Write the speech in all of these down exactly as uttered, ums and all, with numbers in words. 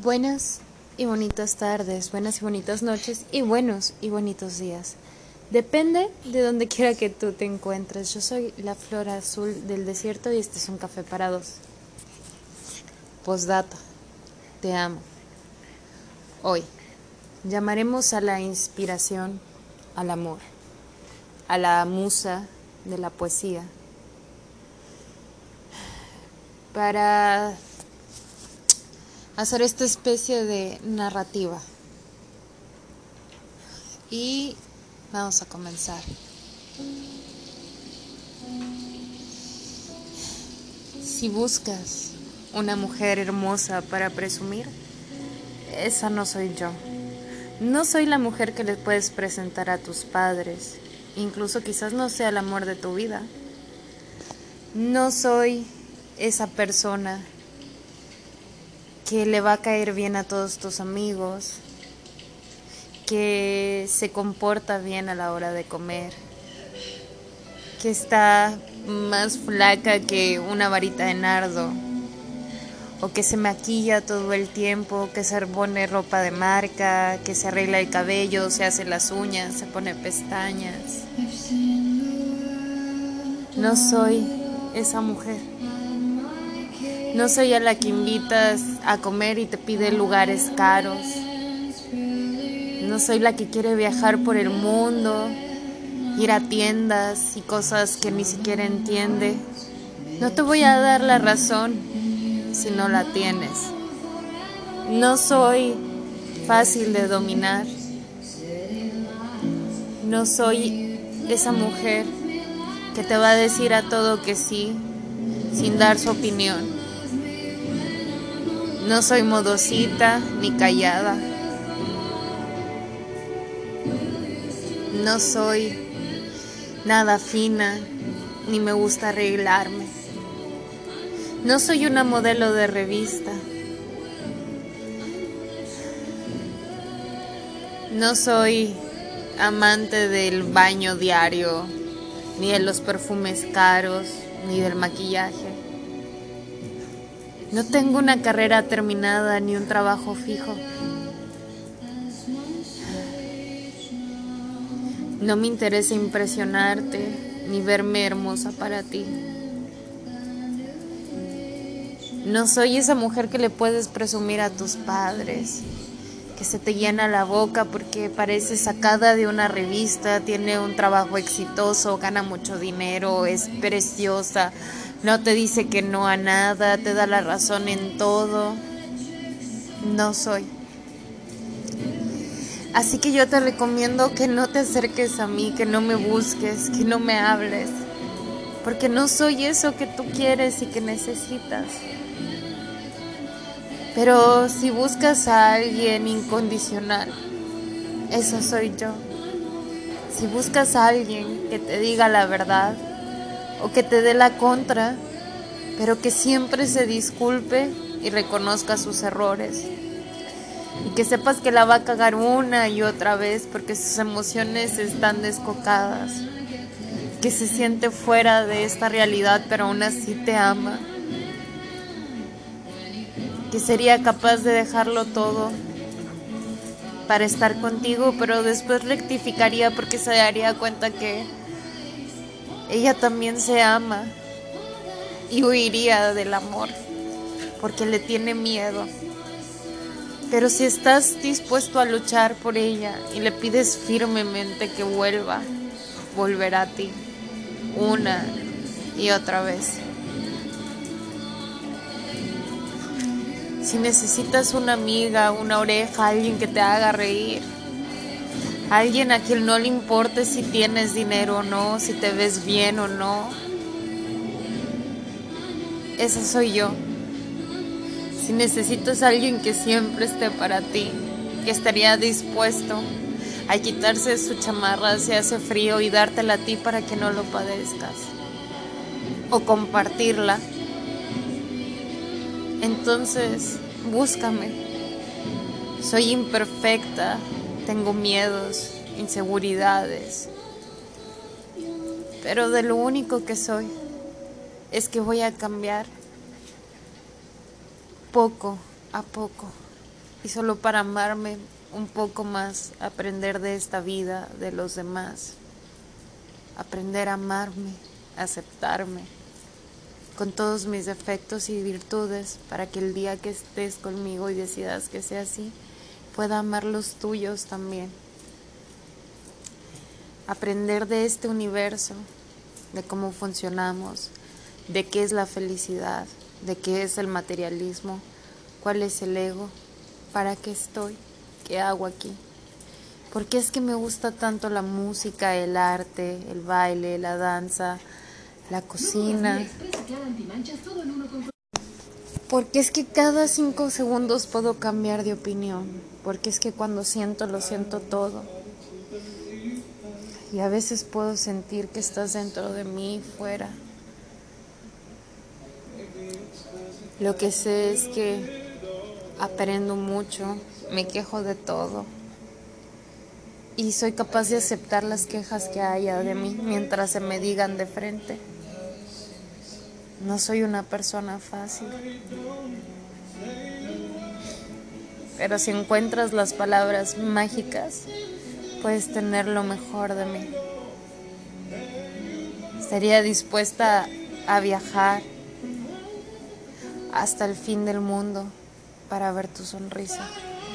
Buenas y bonitas tardes, buenas y bonitas noches y buenos y bonitos días. Depende de donde quiera que tú te encuentres. Yo soy la flor azul del desierto y este es un café para dos. Postdata, te amo. Hoy llamaremos a la inspiración, al amor, a la musa de la poesía, para hacer esta especie de narrativa. Y vamos a comenzar. Si buscas una mujer hermosa para presumir, esa no soy yo. No soy la mujer que le puedes presentar a tus padres. Incluso quizás no sea el amor de tu vida. No soy esa persona que le va a caer bien a todos tus amigos, que se comporta bien a la hora de comer, que está más flaca que una varita de nardo, o que se maquilla todo el tiempo, que se pone ropa de marca, que se arregla el cabello, se hace las uñas, se pone pestañas. No soy esa mujer. No soy a la que invitas a comer y te pide lugares caros. No soy la que quiere viajar por el mundo, ir a tiendas y cosas que ni siquiera entiende. No te voy a dar la razón si no la tienes. No soy fácil de dominar. No soy esa mujer que te va a decir a todo que sí, sin dar su opinión. No soy modosita ni callada. No soy nada fina, ni me gusta arreglarme. No soy una modelo de revista. No soy amante del baño diario, ni de los perfumes caros, ni del maquillaje. No tengo una carrera terminada ni un trabajo fijo. No me interesa impresionarte ni verme hermosa para ti. No soy esa mujer que le puedes presumir a tus padres, que se te llena la boca porque parece sacada de una revista, tiene un trabajo exitoso, gana mucho dinero, es preciosa, no te dice que no a nada, te da la razón en todo. No soy. Así que yo te recomiendo que no te acerques a mí, que no me busques, que no me hables, porque no soy eso que tú quieres y que necesitas. Pero si buscas a alguien incondicional, eso soy yo. Si buscas a alguien que te diga la verdad o que te dé la contra, pero que siempre se disculpe y reconozca sus errores, y que sepas que la va a cagar una y otra vez porque sus emociones están descocadas, que se siente fuera de esta realidad pero aún así te ama, que sería capaz de dejarlo todo para estar contigo, pero después rectificaría porque se daría cuenta que ella también se ama y huiría del amor porque le tiene miedo. Pero si estás dispuesto a luchar por ella y le pides firmemente que vuelva, volverá a ti una y otra vez. Si necesitas una amiga, una oreja, alguien que te haga reír, alguien a quien no le importe si tienes dinero o no, si te ves bien o no, esa soy yo. Si necesitas a alguien que siempre esté para ti, que estaría dispuesto a quitarse su chamarra si hace frío y dártela a ti para que no lo padezcas, o compartirla, entonces búscame. Soy imperfecta, tengo miedos, inseguridades, pero de lo único que soy es que voy a cambiar poco a poco. y solo para amarme un poco más, aprender de esta vida, de los demás, aprender a amarme, a aceptarme con todos mis defectos y virtudes, para que el día que estés conmigo y decidas que sea así, pueda amar los tuyos también. Aprender de este universo, de cómo funcionamos, de qué es la felicidad, de qué es el materialismo, cuál es el ego, para qué estoy, qué hago aquí. ¿Por qué es que me gusta tanto la música, el arte, el baile, la danza, la cocina? Porque es que cada cinco segundos puedo cambiar de opinión. Porque es que cuando siento, lo siento todo. Y a veces puedo sentir que estás dentro de mí y fuera. Lo que sé es que aprendo mucho, me quejo de todo. Y soy capaz de aceptar las quejas que haya de mí mientras se me digan de frente. No soy una persona fácil. Pero si encuentras las palabras mágicas, puedes tener lo mejor de mí. Estaría dispuesta a viajar hasta el fin del mundo para ver tu sonrisa.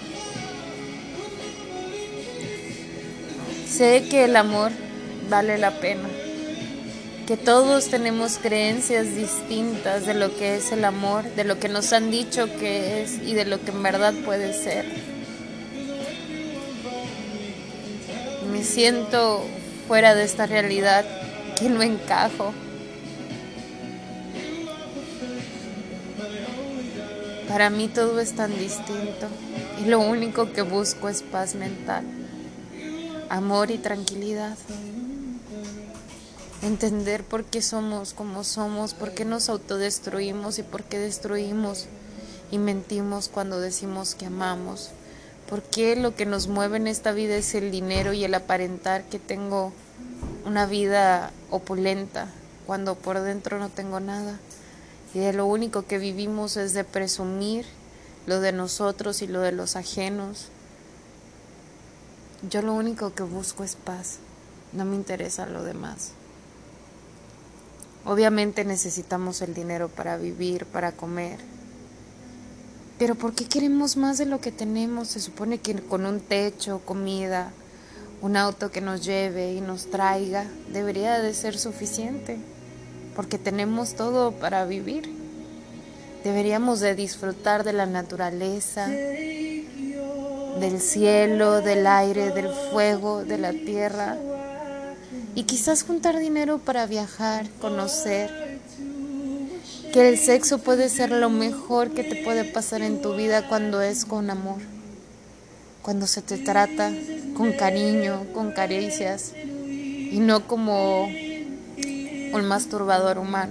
Sé que el amor vale la pena, que todos tenemos creencias distintas de lo que es el amor, de lo que nos han dicho que es y de lo que en verdad puede ser. Me siento fuera de esta realidad, que no encajo. Para mí todo es tan distinto y lo único que busco es paz mental, amor y tranquilidad. Entender por qué somos como somos, por qué nos autodestruimos y por qué destruimos y mentimos cuando decimos que amamos. Por qué lo que nos mueve en esta vida es el dinero y el aparentar que tengo una vida opulenta cuando por dentro no tengo nada. Y de lo único que vivimos es de presumir lo de nosotros y lo de los ajenos. Yo lo único que busco es paz, no me interesa lo demás. Obviamente necesitamos el dinero para vivir, para comer. Pero ¿por qué queremos más de lo que tenemos? Se supone que con un techo, comida, un auto que nos lleve y nos traiga, debería de ser suficiente. Porque tenemos todo para vivir. Deberíamos de disfrutar de la naturaleza, del cielo, del aire, del fuego, de la tierra. Y quizás juntar dinero para viajar, conocer. Que el sexo puede ser lo mejor que te puede pasar en tu vida cuando es con amor. Cuando se te trata con cariño, con caricias. Y no como un masturbador humano.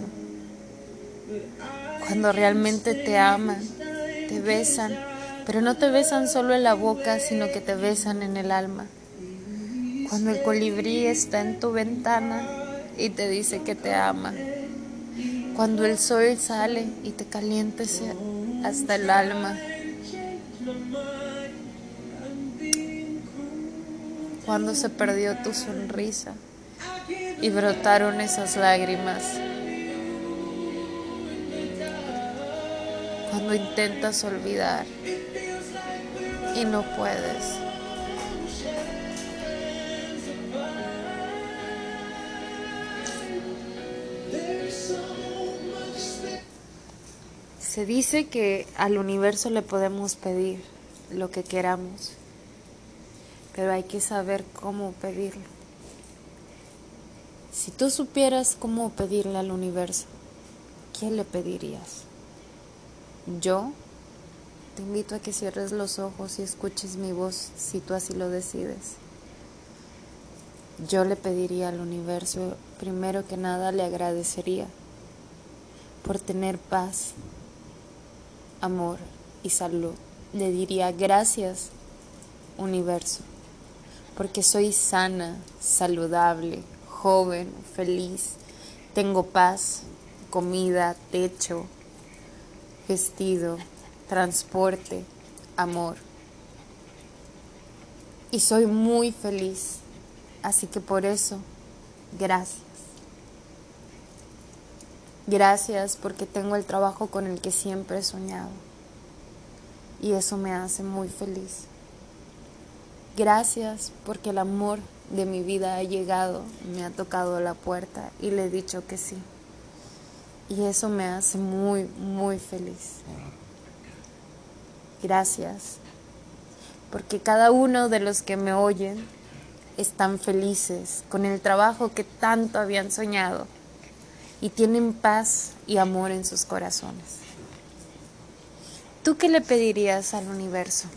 Cuando realmente te aman, te besan, pero no te besan solo en la boca, sino que te besan en el alma. Cuando el colibrí está en tu ventana y te dice que te ama. Cuando el sol sale y te calienta hasta el alma. Cuando se perdió tu sonrisa y brotaron esas lágrimas. Cuando intentas olvidar y no puedes. Se dice que al universo le podemos pedir lo que queramos, pero hay que saber cómo pedirlo. Si tú supieras cómo pedirle al universo, ¿qué le pedirías? Yo te invito a que cierres los ojos y escuches mi voz si tú así lo decides. Yo le pediría al universo, primero que nada le agradecería por tener paz, amor y salud. Le diría gracias, universo, porque soy sana, saludable, joven, feliz, tengo paz, comida, techo, vestido, transporte, amor. y soy muy feliz. Así que por eso, gracias. Gracias porque tengo el trabajo con el que siempre he soñado y eso me hace muy feliz. Gracias porque el amor de mi vida ha llegado, me ha tocado la puerta y le he dicho que sí. Y eso me hace muy, muy feliz. Gracias porque cada uno de los que me oyen están felices con el trabajo que tanto habían soñado y tienen paz y amor en sus corazones. ¿Tú qué le pedirías al universo?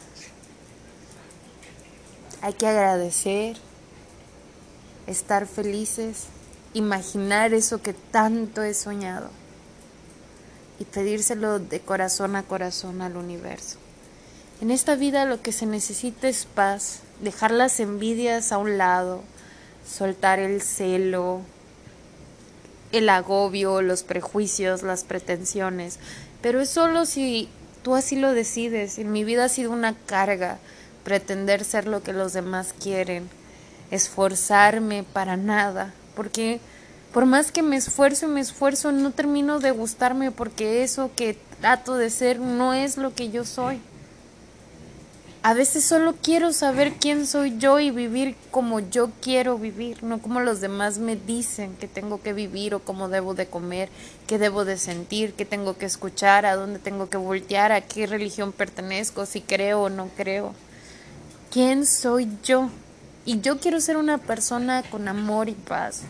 Hay que agradecer, estar felices, imaginar eso que tanto he soñado y pedírselo de corazón a corazón al universo. En esta vida lo que se necesita es paz, dejar las envidias a un lado, soltar el celo, el agobio, los prejuicios, las pretensiones, pero es solo si tú así lo decides. En mi vida ha sido una carga pretender ser lo que los demás quieren, esforzarme para nada, porque por más que me esfuerzo y me esfuerzo no termino de gustarme porque eso que trato de ser no es lo que yo soy. A veces solo quiero saber quién soy yo y vivir como yo quiero vivir, no como los demás me dicen que tengo que vivir o cómo debo de comer, qué debo de sentir, qué tengo que escuchar, a dónde tengo que voltear, a qué religión pertenezco, si creo o no creo. ¿Quién soy yo? Y yo quiero ser una persona con amor y paz.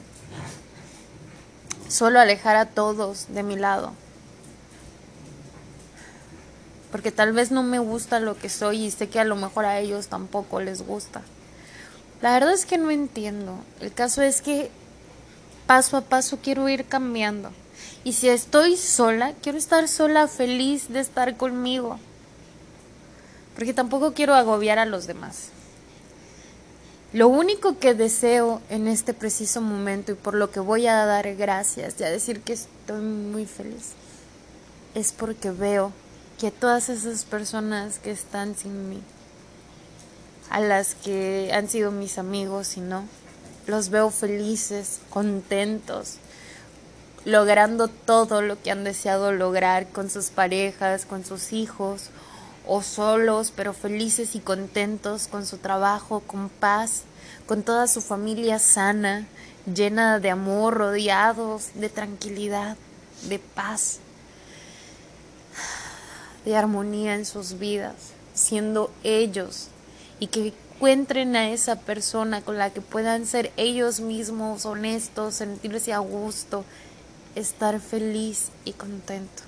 Solo alejar a todos de mi lado. Porque tal vez no me gusta lo que soy y sé que a lo mejor a ellos tampoco les gusta. La verdad es que no entiendo. El caso es que paso a paso quiero ir cambiando. Y si estoy sola, quiero estar sola feliz de estar conmigo. Porque tampoco quiero agobiar a los demás. Lo único que deseo en este preciso momento y por lo que voy a dar gracias y a decir que estoy muy feliz es porque veo que todas esas personas que están sin mí, a las que han sido mis amigos y no, los veo felices, contentos, logrando todo lo que han deseado lograr con sus parejas, con sus hijos o solos, pero felices y contentos con su trabajo, con paz, con toda su familia sana, llena de amor, rodeados de tranquilidad, de paz, de armonía en sus vidas, siendo ellos, y que encuentren a esa persona con la que puedan ser ellos mismos, honestos, sentirse a gusto, estar feliz y contento.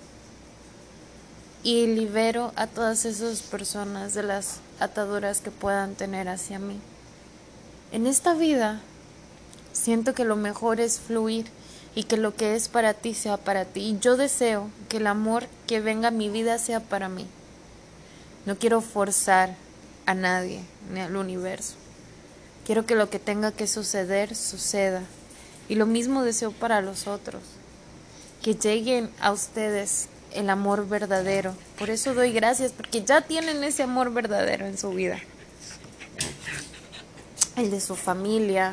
Y libero a todas esas personas de las ataduras que puedan tener hacia mí. En esta vida siento que lo mejor es fluir y que lo que es para ti sea para ti. Y yo deseo que el amor que venga a mi vida sea para mí. No quiero forzar a nadie ni al universo. Quiero que lo que tenga que suceder, suceda. Y lo mismo deseo para los otros. Que lleguen a ustedes el amor verdadero. Por eso doy gracias, porque ya tienen ese amor verdadero en su vida. El de su familia.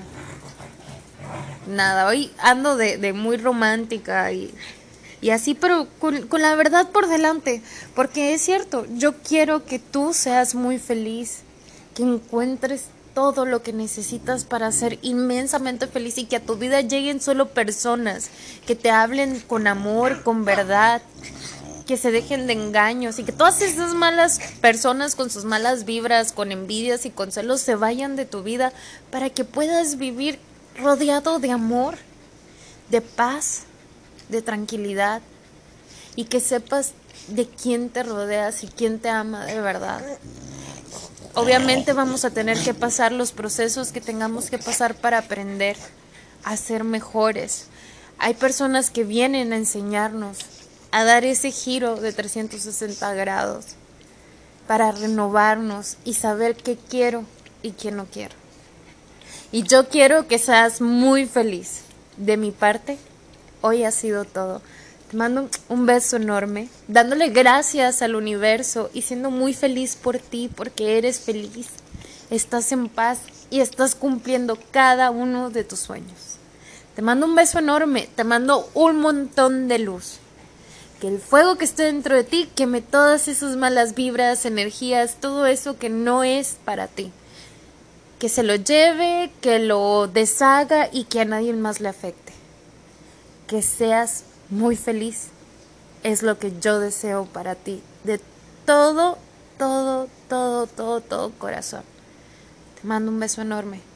Nada, hoy ando de, de muy romántica y, y así, pero con, con la verdad por delante. Porque es cierto, yo quiero que tú seas muy feliz, que encuentres todo lo que necesitas para ser inmensamente feliz y que a tu vida lleguen solo personas que te hablen con amor, con verdad, que se dejen de engaños y que todas esas malas personas con sus malas vibras, con envidias y con celos se vayan de tu vida para que puedas vivir rodeado de amor, de paz, de tranquilidad y que sepas de quién te rodeas y quién te ama de verdad. Obviamente vamos a tener que pasar los procesos que tengamos que pasar para aprender a ser mejores. Hay personas que vienen a enseñarnos a dar ese giro de trescientos sesenta grados para renovarnos y saber qué quiero y qué no quiero. Y yo quiero que seas muy feliz. De mi parte, hoy ha sido todo. Te mando un beso enorme, dándole gracias al universo y siendo muy feliz por ti, porque eres feliz. estás en paz y estás cumpliendo cada uno de tus sueños. Te mando un beso enorme, te mando un montón de luz. Que el fuego que esté dentro de ti queme todas esas malas vibras, energías, todo eso que no es para ti. Que se lo lleve, que lo deshaga y que a nadie más le afecte. Que seas muy feliz. Es lo que yo deseo para ti. De todo, todo, todo, todo, todo corazón. Te mando un beso enorme.